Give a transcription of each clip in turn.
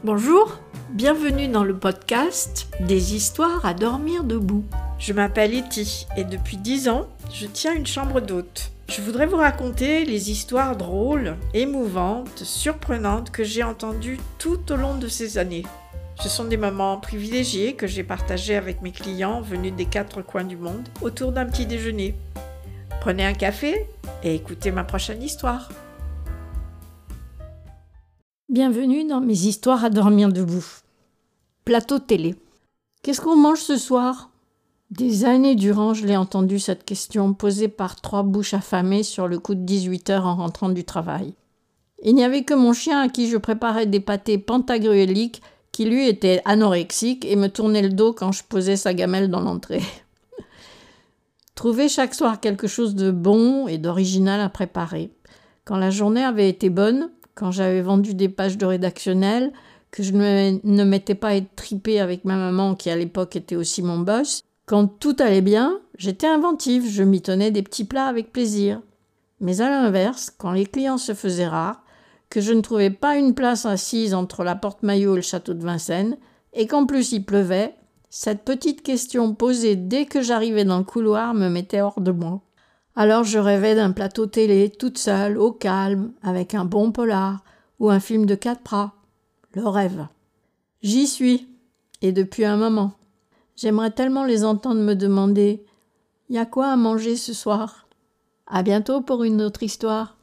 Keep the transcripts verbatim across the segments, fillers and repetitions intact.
Bonjour, bienvenue dans le podcast des histoires à dormir debout. Je m'appelle Etty et depuis dix ans, je tiens une chambre d'hôte. Je voudrais vous raconter les histoires drôles, émouvantes, surprenantes que j'ai entendues tout au long de ces années. Ce sont des moments privilégiés que j'ai partagés avec mes clients venus des quatre coins du monde autour d'un petit déjeuner. Prenez un café et écoutez ma prochaine histoire. Bienvenue dans mes histoires à dormir debout. Plateau télé. Qu'est-ce qu'on mange ce soir ? Des années durant, je l'ai entendu cette question posée par trois bouches affamées sur le coup de dix-huit heures en rentrant du travail. Il n'y avait que mon chien à qui je préparais des pâtés pantagruéliques qui lui était anorexique et me tournait le dos quand je posais sa gamelle dans l'entrée. Trouver chaque soir quelque chose de bon et d'original à préparer. Quand la journée avait été bonne, quand j'avais vendu des pages de rédactionnel, que je ne, ne m'étais pas étripée avec ma maman qui à l'époque était aussi mon boss, quand tout allait bien, j'étais inventive, je m'y tenais des petits plats avec plaisir. Mais à l'inverse, quand les clients se faisaient rares, que je ne trouvais pas une place assise entre la porte-maillot et le château de Vincennes, et qu'en plus il pleuvait, cette petite question posée dès que j'arrivais dans le couloir me mettait hors de moi. Alors je rêvais d'un plateau télé, toute seule, au calme, avec un bon polar ou un film de Capra. Le rêve. J'y suis, et depuis un moment. J'aimerais tellement les entendre me demander « Y a quoi à manger ce soir ?» À bientôt pour une autre histoire.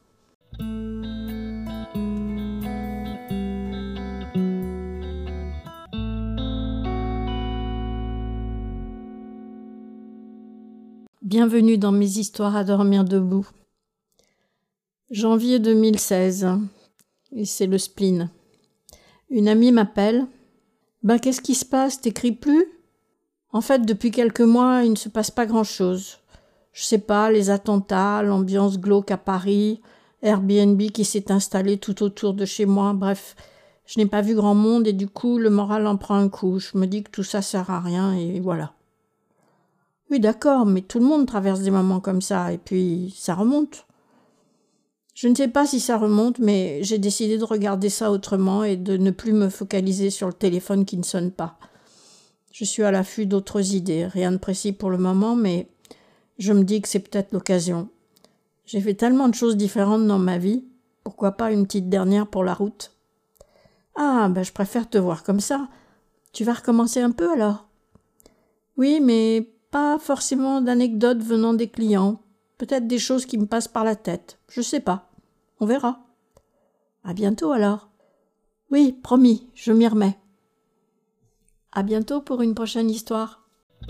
Bienvenue dans mes histoires à dormir debout. Janvier deux mille seize, et c'est le spleen. Une amie m'appelle. « Ben qu'est-ce qui se passe, t'écris plus ?» En fait, depuis quelques mois, il ne se passe pas grand-chose. Je sais pas, les attentats, l'ambiance glauque à Paris, Airbnb qui s'est installé tout autour de chez moi, bref, je n'ai pas vu grand monde et du coup, le moral en prend un coup. Je me dis que tout ça sert à rien et voilà. Oui, d'accord, mais tout le monde traverse des moments comme ça, et puis ça remonte. Je ne sais pas si ça remonte, mais j'ai décidé de regarder ça autrement et de ne plus me focaliser sur le téléphone qui ne sonne pas. Je suis à l'affût d'autres idées, rien de précis pour le moment, mais je me dis que c'est peut-être l'occasion. J'ai fait tellement de choses différentes dans ma vie, pourquoi pas une petite dernière pour la route ? Ah, ben je préfère te voir comme ça. Tu vas recommencer un peu alors ? Oui, mais pas forcément d'anecdotes venant des clients. Peut-être des choses qui me passent par la tête. Je sais pas. On verra. À bientôt alors. Oui, promis, je m'y remets. À bientôt pour une prochaine histoire.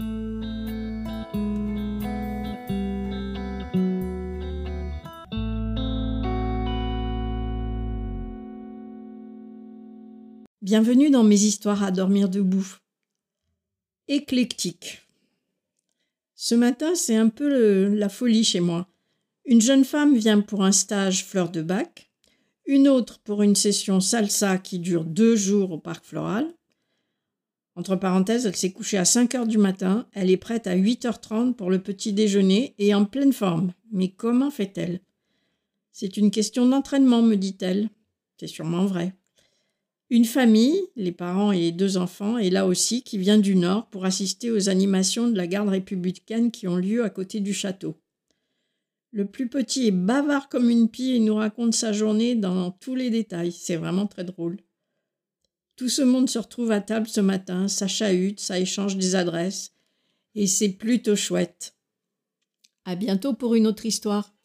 Bienvenue dans mes histoires à dormir debout. Éclectique. Ce matin, c'est un peu le, la folie chez moi. Une jeune femme vient pour un stage fleur de bac, une autre pour une session salsa qui dure deux jours au parc floral. Entre parenthèses, elle s'est couchée à cinq heures du matin, elle est prête à huit heures trente pour le petit déjeuner et en pleine forme. Mais comment fait-elle ? C'est une question d'entraînement, me dit-elle. C'est sûrement vrai. Une famille, les parents et les deux enfants, est là aussi, qui vient du Nord pour assister aux animations de la garde républicaine qui ont lieu à côté du château. Le plus petit est bavard comme une pie et nous raconte sa journée dans tous les détails. C'est vraiment très drôle. Tout ce monde se retrouve à table ce matin, ça chahute, ça échange des adresses, et c'est plutôt chouette. À bientôt pour une autre histoire.